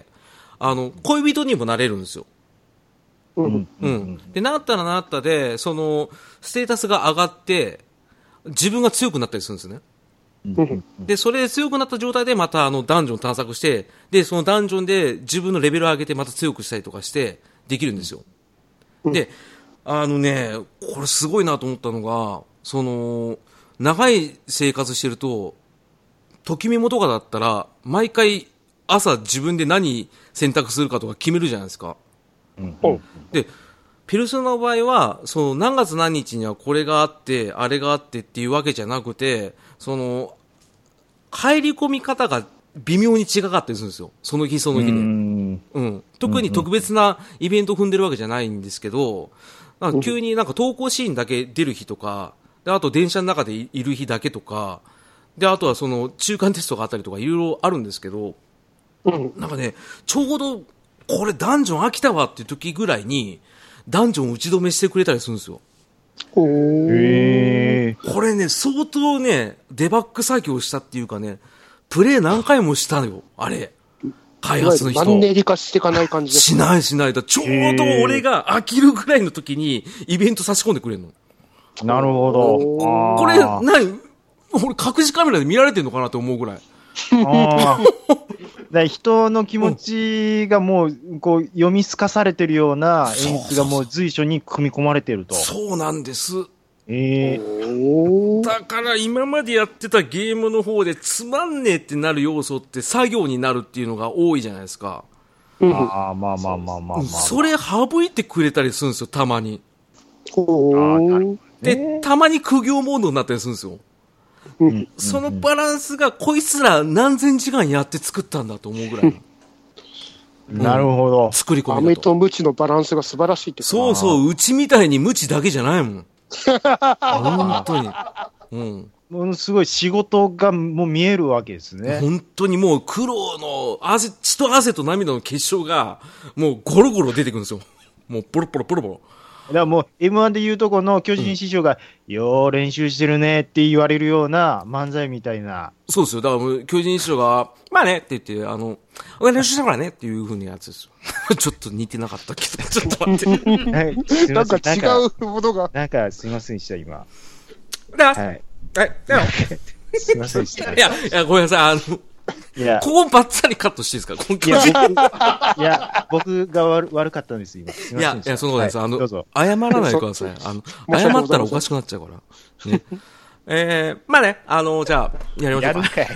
あの、恋人にもなれるんですよ。うん。うん。で、なったらなったで、その、ステータスが上がって、自分が強くなったりするんですね。うん。で、それで強くなった状態でまたあの、ダンジョン探索して、で、そのダンジョンで自分のレベルを上げてまた強くしたりとかして、できるんですよ。うん、で、あのね、これすごいなと思ったのが、その、長い生活してると、ときめもとかだったら、毎回、朝自分で何選択するかとか決めるじゃないですか。うん、で、ペルソナの場合は、その何月何日にはこれがあって、あれがあってっていうわけじゃなくて、その、入り込み方が微妙に違かったりするんですよ。その日その日で。うん、うん。特に特別なイベントを踏んでるわけじゃないんですけど、なんか急になんか投稿シーンだけ出る日とか、であと電車の中でいる日だけとか、で、あとはその中間テストがあったりとかいろいろあるんですけど、なんかね、ちょうど、これダンジョン飽きたわっていう時ぐらいに、ダンジョン打ち止めしてくれたりするんですよ。 へー。これね、相当ね、デバッグ作業したっていうかね、プレイ何回もしたのよ、あれ。開発の人。 マンネリ化していかない感じですか？しないしない。だちょうど俺が飽きるぐらいの時に、イベント差し込んでくれるの。 なるほど。 これ、何俺、隠しカメラで見られてんのかなと思うぐらい。 あだ人の気持ちがもう、こう、読み透かされてるような演出がもう随所に組み込まれてると。 そうなんです。 えー、 だから今までやってたゲームの方でつまんねえってなる要素って作業になるっていうのが多いじゃないですか。 うん、ああ、まあまあまあまあまあ。 それ省いてくれたりするんですよ、たまに。 で、 で、たまに苦行モードになったりするんですよ。うん、そのバランスがこいつら何千時間やって作ったんだと思うぐらいの。なるほど。 作り込みだと。 飴とムチのバランスが素晴らしいってこと。 そうそう、うちみたいにムチだけじゃないもん。本当に。うん。 ものすごい仕事がもう見えるわけですね。 本当にもう苦労の汗、血と汗と涙の結晶がもうゴロゴロ出てくるんですよ。もうポロポロポロポロ。 だからもう エムワン でいうとこの巨人師匠が、うん、よー練習してるねって言われるような漫才みたいな。 そうですよ。だからもう巨人師匠が、まあねって言って、あの、俺練習したからねっていう風にやつですよ。ちょっと似てなかったけど、ちょっと待って。 はい、なんか違うものが。 なんかすいませんでした、今。 だはい。 はい。 すいませんでした。 いや、いや、ごめんなさい。あの、いや、ここばっさりカットしていいですか、今回。 いや、いや僕が悪悪かったんです今。すいません。 いや、いや、そのことです。はい、あの、謝らないでください。あの、謝ったらおかしくなっちゃうから。ね、えー、まあね、あの、じゃあ、やりましょうか。やるかい。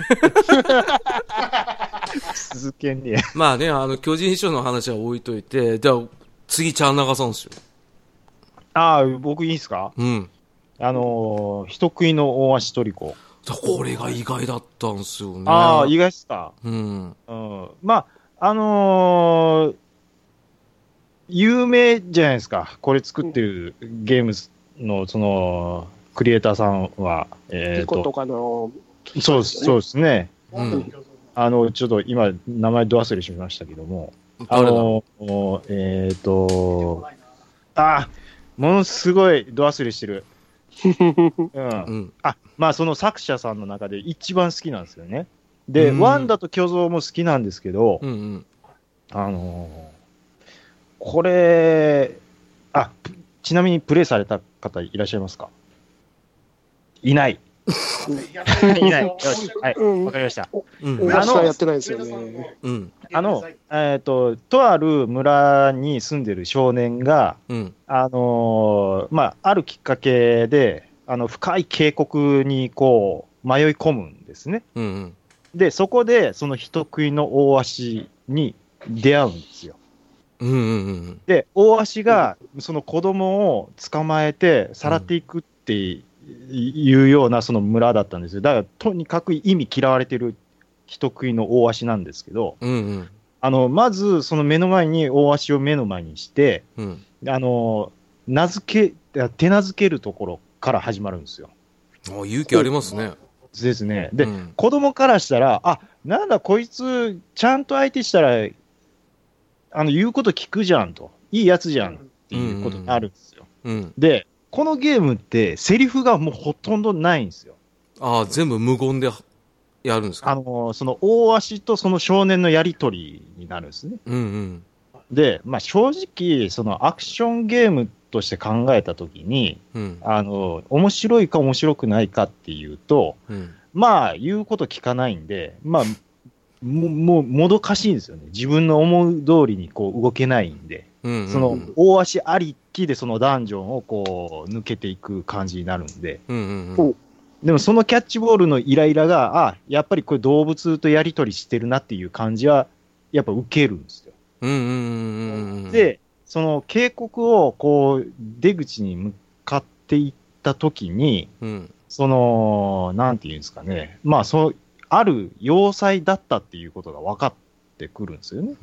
続けんねや。 まあね、あの、巨人師匠の話は置いといて、じゃあ、次、ちゃんなかさんですよ。 ああ、僕いいですか？ うん。 あのー、人食いの大足トリコ。 これが意外だったんですよね。 ああ、意外っすか。 うん。 うん。まあ、あのー、有名じゃないですか。これ作ってるゲームの、その、クリエイターさんは。 えーと。とかの、 そうです、そうですね。 うん。 あの、ちょっと今、名前ど忘れしましたけども。あのー、えっ、ー、と、あ、ものすごいど忘れしてる。うんうん、あ、まあその作者さんの中で一番好きなんですよね。で、ワンダと巨像も好きなんですけど、 うんうん、 あのー、これ、あ、ちなみにプレイされた方いらっしゃいますか？いない。いない。よし。はい。わかりました。 うん。あの、やってないですよね。 うん。 あの、えっと、とある村に住んでる少年が、 うん、 あのー、まあ、あるきっかけで、あの、深い渓谷にこう、迷い込むんですね。 うんうん、 で、そこで、その人食いの大足に出会うんですよ。 うんうんうん、 で、大足が、その子供を捕まえて、さらっていくっていうような、その村だったんですよ。だから、とにかく意味嫌われてる人食いの大足なんですけど、 うんうん、 あの、まず、その目の前に大足を目の前にして、 うん、 あの、名付け、手なずけるところから始まるんですよ。 あ、勇気ありますね。 ですね。で、 うん、 子供からしたら、あ、なんだこいつ、ちゃんと相手したら、あの、言うこと聞くじゃんと。いいやつじゃんっていうことになるんですよ。 うんうん、 で、このゲームって、セリフがもうほとんどないんですよ。 ああ、全部無言でやるんですか？ あの、その大足とその少年のやりとりになるんですね。 うんうん、 で、まあ、正直、そのアクションゲームとして考えたときに、 うん、 あの、面白いか面白くないかっていうと、 うん、 まあ、言うこと聞かないんで、まあ、も, もう、もどかしいんですよね。自分の思う通りにこう動けないんで、 うんうんうん、 その、大足ありきでそのダンジョンをこう、抜けていく感じになるんで、 うんうんうん、 でもそのキャッチボールのイライラが、あ、やっぱりこれ動物とやりとりしてるなっていう感じは、やっぱ受けるんですよ。 うんうんうんうん、 で、その渓谷をこう、出口に向かっていったときに、 うん、 その、なんていうんですかね、まあ、そう、ある要塞だったっていうことが分かってくるんですよね。 うん、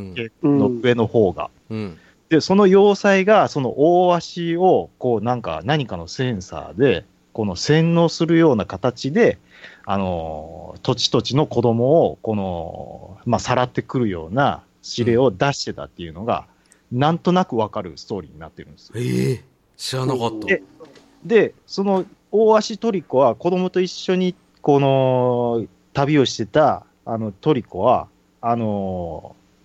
渓谷の上の方が。 うん、 で、その要塞が、その大足を、こう、なんか、何かのセンサーで、この洗脳するような形で、あの、土地土地の子供を、この、まあ、さらってくるような指令を出してたっていうのが、うん、なんとなくわかるストーリーになってるんですよ。 ええー、知らなかった。 で、でその大足トリコは子供と一緒にこの旅をしてたあのトリコは、あの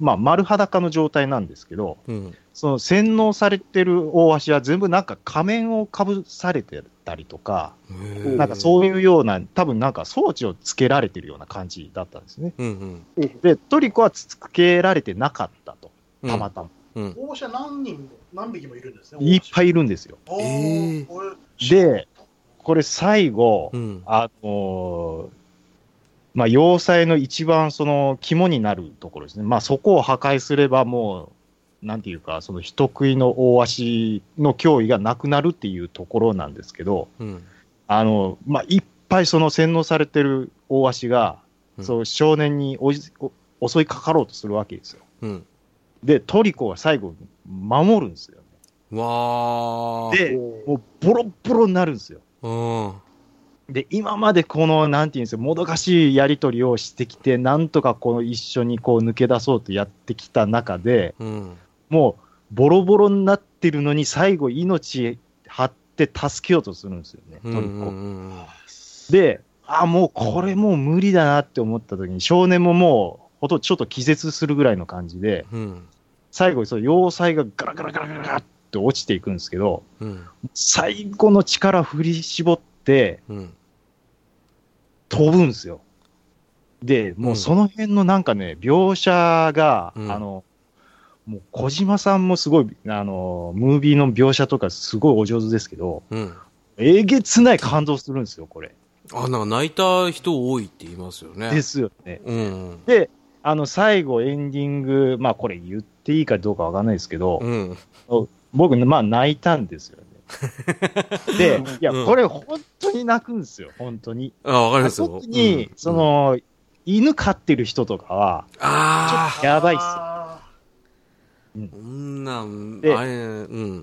まあ、丸裸の状態なんですけど、うん、その洗脳されてる大足は全部なんか仮面をかぶされてたりとか、なんかそういうような、多分なんか装置をつけられてるような感じだったんですね。うんうん、で、トリコはつけられてなかったと、たまたま。 うんうん、大足は何人も、何匹もいるんですね。 いっぱいいるんですよ。えー、で、これ最後、うん、あのー、まあ、要塞の一番その肝になるところですね。まあ、そこを破壊すればもう、なんていうか、その人食いの大足の脅威がなくなるっていうところなんですけど、うん、あの、まあ、いっぱいその洗脳されてる大足が、うん、そう少年におお襲いかかろうとするわけですよ。うん、で、トリコは最後、守るんですよね。 わー。 で、もうボロッボロになるんですよ。うんで、今までこの、なんていうんですか、もどかしいやりとりをしてきて、なんとかこの一緒にこう抜け出そうとやってきた中で、うん、もう、ボロボロになってるのに、最後、命張って助けようとするんですよね、トリコ。うんうんうん、で、あ、もうこれもう無理だなって思った時に、少年ももう、ほとんどちょっと気絶するぐらいの感じで、うん、最後にその要塞がガラガラガラガラガラって落ちていくんですけど、うん、最後の力振り絞って、うん飛ぶんですよ。で、もうその辺のなんかね、描写が、うん、あの、もう小島さんもすごい、あの、ムービーの描写とかすごいお上手ですけど、うん、えげつない感動するんですよ、これ。 あ、なんか泣いた人多いって言いますよね。 ですよね。うん、で、あの、最後エンディング、まあこれ言っていいかどうかわかんないですけど、うん、僕、まあ泣いたんですよね。で、いや、うん、これ本当に泣くんですよ、本当に。 あ、わかりますよ。 特に、うん、その、うん、犬飼ってる人とかは、あちょっとやばいっすよ。うん。そんなん、で、あれ、うん。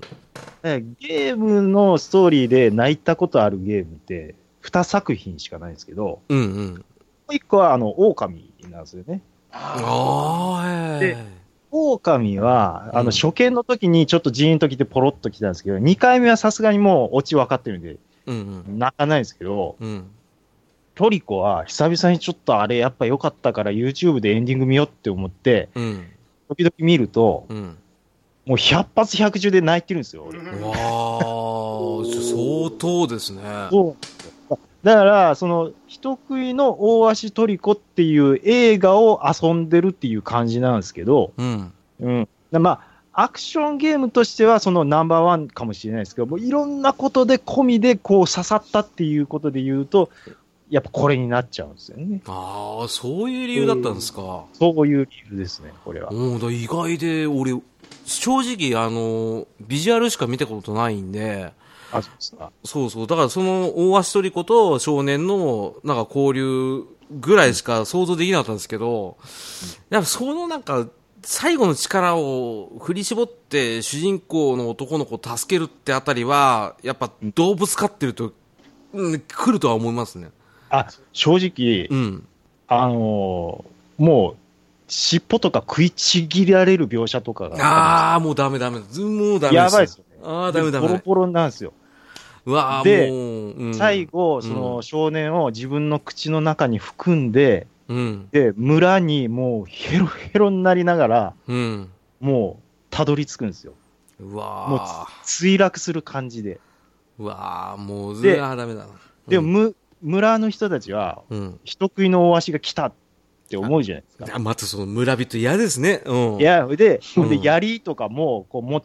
ゲームのストーリーで泣いたことあるゲームって、にさく品しかないんですけど、うんうん。もう一個は、あの、狼なんですよね。ああ、で、狼は、あの、初見の時にちょっとジーンと来てポロッと来たんですけど、にかいめはさすがにもうオチ分かってるんで、うんうん、泣かないんですけど、うん、トリコは久々にちょっとあれやっぱ良かったから YouTube でエンディング見ようって思って、うん、時々見ると、うん、もうひゃく発ひゃく中で泣いてるんですよ。わー、相当ですね。 そう。だから、その、人食いの大足トリコっていう映画を遊んでるっていう感じなんですけど、うん。うん。まあ、アクションゲームとしてはそのナンバーワンかもしれないですけど、もういろんなことで込みでこう刺さったっていうことで言うと、やっぱこれになっちゃうんですよね。 ああ、そういう理由だったんですか。 そういう理由ですね、これは。 うん、だ意外で、俺、正直、あの、ビジュアルしか見たことないんで、 あ、そうですか。 そうそう。だからその大足トリコと少年のなんか交流ぐらいしか想像できなかったんですけど、やっぱそのなんか最後の力を振り絞って主人公の男の子を助けるってあたりは、やっぱ動物飼ってると、うん、来るとは思いますね。 あ、正直、うん、あのー、もう、尻尾とか食いちぎられる描写とかが。 ああ、もうダメダメ。もうダメです。 やばいですよね。 ああ、ダメダメ。 ボロボロなんですよ。 うわで、 もう、 うん、最後、その少年を自分の口の中に含んで、うん、で、村にもうヘロヘロになりながら、うん、もうたどり着くんですよ。 うわもう墜落する感じで。 うわもう、ずーダメだな。 うん、でも、む、村の人たちは、うん、人食いの大足が来たって思うじゃないですか。 またその村人嫌ですね。うん。 いや、で、ほんで、槍とかもこう持って、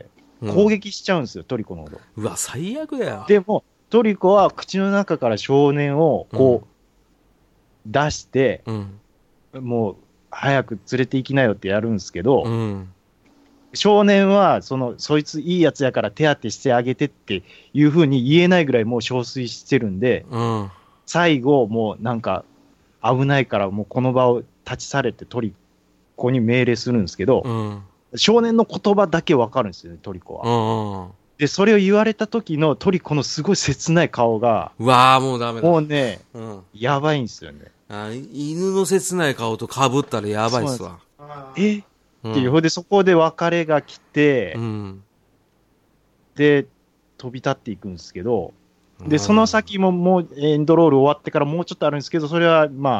攻撃しちゃうんですよ、うん、トリコのこと。 うわ、最悪だよ。 でも、トリコは口の中から少年をこう、うん、出して、うん、もう、早く連れて行きなよってやるんですけど、うん、少年は、その、そいついいやつやから手当てしてあげてっていう風に言えないぐらいもう憔悴してるんで、うん、最後、もうなんか、危ないからもうこの場を立ち去れってトリコに命令するんですけど、うん、少年の言葉だけわかるんですよね、トリコは。うんうん、で、それを言われた時のトリコのすごい切ない顔が、 うわーもうダメだ。 もうね、うん、やばいんですよね。 あ、犬の切ない顔と被ったらやばいっすわ。 え、うん、っていう、ほんでそこで別れが来て、うん、で、飛び立っていくんですけど、で、その先ももうエンドロール終わってからもうちょっとあるんですけど、それはまあ、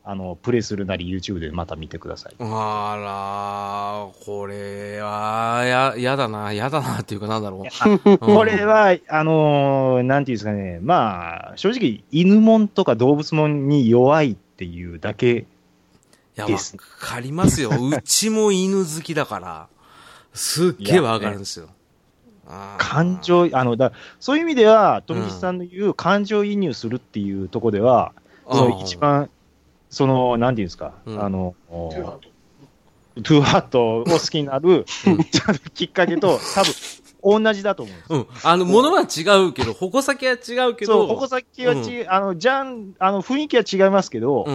あの、プレイするなり YouTube でまた見てください。 あら、これは、や、やだな、やだなっていうかなんだろう。 これは、あのー、なんていうんですかね、まあ、正直、犬もんとか動物もんに弱いっていうだけです。 いや、わかりますよ。うちも犬好きだから、すっげえわかるんですよ。 感情、あの、だそういう意味では、富吉さんの言う感情移入するっていうところでは、うん、その一番、その、なんていうんですか、うん、あの、トゥーハートを好きになる、うん、きっかけと、多分、同じだと思うんです。 うん。あの、ものは違うけど、矛先は違うけど。 そう、矛先は違う、うん、あの、じゃん、あの、雰囲気は違いますけど、うん、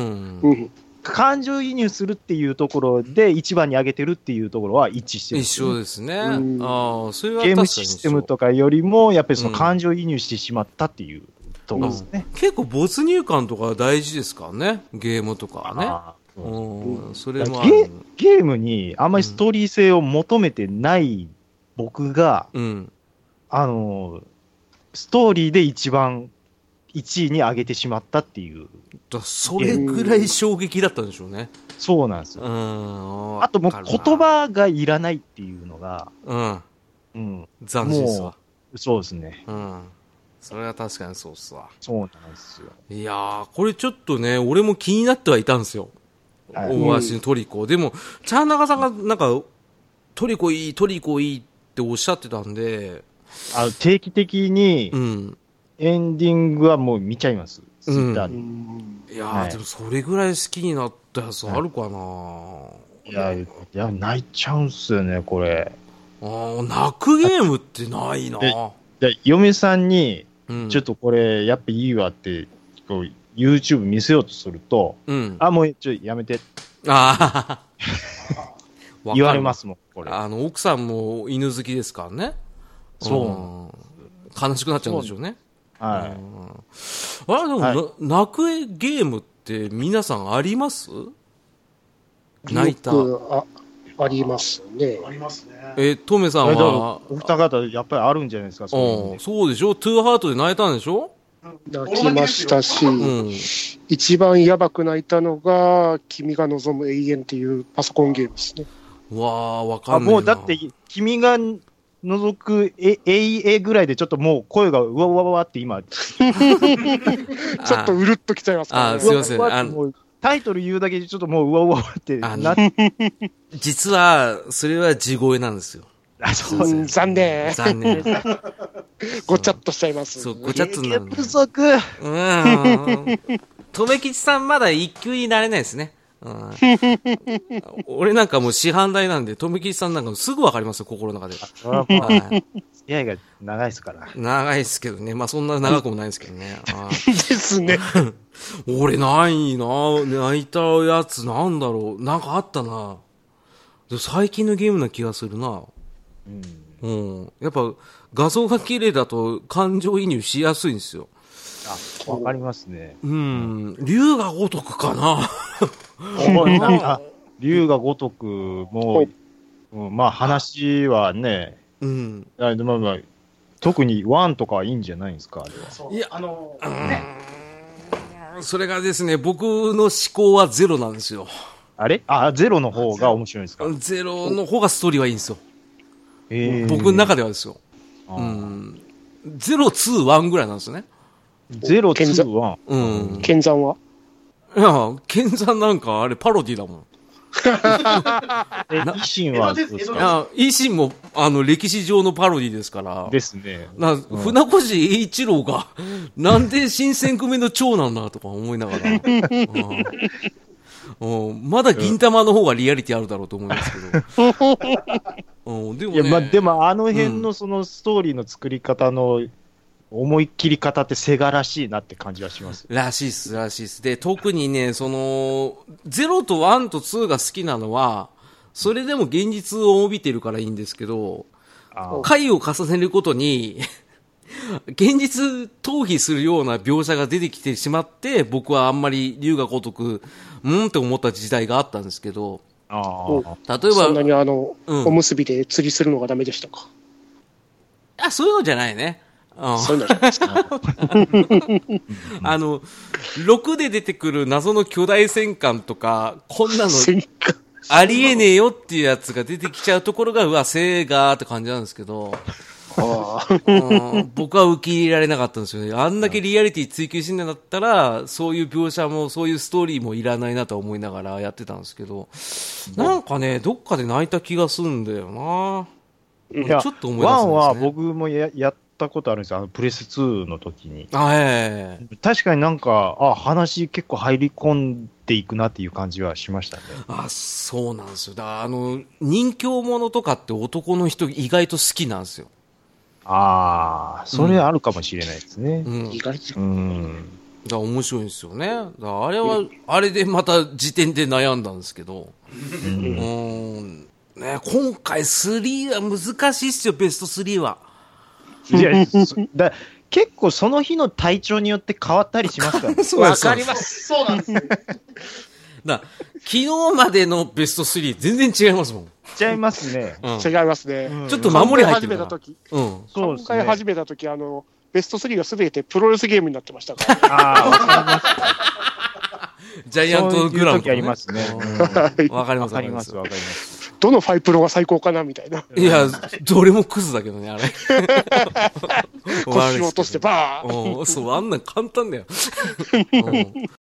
感情移入するっていうところで一番に上げてるっていうところは一致してる、ね。 一緒ですね。うん、ああ、それはゲームシステムとかよりも、やっぱりその感情移入してしまったっていう。ところですね、 うん、結構没入感とか大事ですからね、ゲームとかはね。うん、それもある。 ゲ、ゲームにあんまりストーリー性を求めてない僕が、うん、あの、ストーリーで一番いちいに上げてしまったっていう。 だそれぐらい衝撃だったんでしょうね。 そうなんですよ。うん、あともう言葉がいらないっていうのが、うん。 うん。斬新ですわ。 そうですね。 うん。それは確かにそうっすわ。 そうなんですよ。 いやー、これちょっとね、俺も気になってはいたんですよ。はい、大橋のトリコ。でも、チャーナガさんがなんか、トリコいい、トリコいいっておっしゃってたんで。 あの定期的に、うん。エンディングはもう見ちゃいます。ツイッターに。 いやー、はい、でもそれぐらい好きになったやつあるかな、はい、 いや、いや、泣いちゃうんすよね、これ。 ああ、泣くゲームってないな。 で、嫁さんに、うん、ちょっとこれ、やっぱいいわって、こう、YouTube 見せようとすると、うん、あ、もう、ちょ、やめて。ああ。言われますもん、これ。 あの、奥さんも犬好きですからね。そう。悲しくなっちゃうんでしょうね。はい。あれ、でも、はい、泣くゲームって皆さんあります？泣いた。 あ、ありますね。 ありますね。 え、トメさんはお二方、やっぱりあるんじゃないですか、 そうそうでしょ？トゥーハートで泣いたんでしょ？ 泣きましたし、うん、一番やばく泣いたのが、君が望む永遠っていうパソコンゲームですね。 わあ、わかんないな。 もうだって、君が覗くえ、え、えぐらいでちょっともう声がうわうわうわって今。ちょっとうるっときちゃいますからね。あ、すいません。あのタイトル言うだけでちょっともううわうわってなっ実は、それは地声なんですよ。 あ、そう、残念。 残念。 ごちゃっとしちゃいます。 そう、ごちゃっとなる。 不足。 うん。とめきちさんまだ一級になれないですね。うん、俺なんかもう師範代なんで、とめきちさんなんかすぐわかりますよ、心の中で。 はい。付き合いが長いですから。 長いですけどね。まあそんな長くもないですけどね。 ですね。 俺ないな泣いたやつなんだろう。なんかあったな最近のゲームな気がするな。うん。うん。やっぱ画像が綺麗だと感情移入しやすいんですよ。 あ、わかりますね。 うん。竜が如くかな。 なんか竜が如くもう、うん、まあ話はね、うん。あまあまあ、特にワンとかはいいんじゃないんですか、あれは。 いや、あのー、ね。それがですね、僕の思考はゼロなんですよ。 あれあ、ゼロの方が面白いんですか？ ゼロの方がストーリーはいいんですよ。えー、僕の中ではですよ。うん。ゼロ、ツー、ワンぐらいなんですよね。 ゼロ、ツー、ワン。 うん。剣山はいや、剣山なんかあれパロディだもん。 え、維新はどうですか？ いや、維新も、あの、歴史上のパロディですから。 ですね。 な、うん、船越英一郎が、なんで新選組の長なんだとか思いながら。うん、まだ銀玉の方がリアリティあるだろうと思うんですけど。うん、でもね。 いや、まあ、でもあの辺のそのストーリーの作り方の、思い切り方ってセガらしいなって感じがします。 らしいっす、らしいっす。で、特にね、その、ゼロとワンとツーが好きなのは、それでも現実を帯びてるからいいんですけど、回を重ねることに、現実逃避するような描写が出てきてしまって、僕はあんまり龍が如く、うんって思った時代があったんですけど、 あ例えば、そんなにあの、うん、おむすびで釣りするのがダメでしたか？ あ、そういうのじゃないね。 そういうのじゃないですか。 あの、ろくで出てくる謎の巨大戦艦とか、こんなの、ありえねえよっていうやつが出てきちゃうところが、うわ、セーガーって感じなんですけど、うん、僕は受け入れられなかったんですよね。あんだけリアリティ追求してんだったら、そういう描写も、そういうストーリーもいらないなと思いながらやってたんですけど、なんかね、どっかで泣いた気がするんだよな。 いや、ちょっと思い出すんですね。ワンは僕もややったことあるんですよ。あの、プレスツーの時に。 あ、ええ。 確かになんか、あ、話結構入り込んでいくなっていう感じはしましたね。 あ、そうなんですよ。だからあの、人形者とかって男の人意外と好きなんですよ。 ああ、それあるかもしれないですね。 うん、意外と。 うん。 だから面白いんですよね。だからあれは、あれでまた時点で悩んだんですけど。うん。うんね、今回スリーは難しいっすよ、ベストスリーは。 いや、だ結構その日の体調によって変わったりしますからね。 わかります。そうなんですよ。 だ昨日までのベストスリー全然違いますもん。 違いますね。 うん、違いますね、 うん。ちょっと守り入ってるな。 考え始めた時、うん、そうですね。考え始めた時、あの、ベストスリーがすべてプロレスゲームになってましたから。 ああ、わかります。 ジャイアントグラム、 ね。そういう時ありますね。 わ、うん、かります、 わかります、わかります。 どのファイプロが最高かなみたいな。 いや、どれもクズだけどね、あれ。 腰を落としてバーン。 そう、あんなん簡単だよ。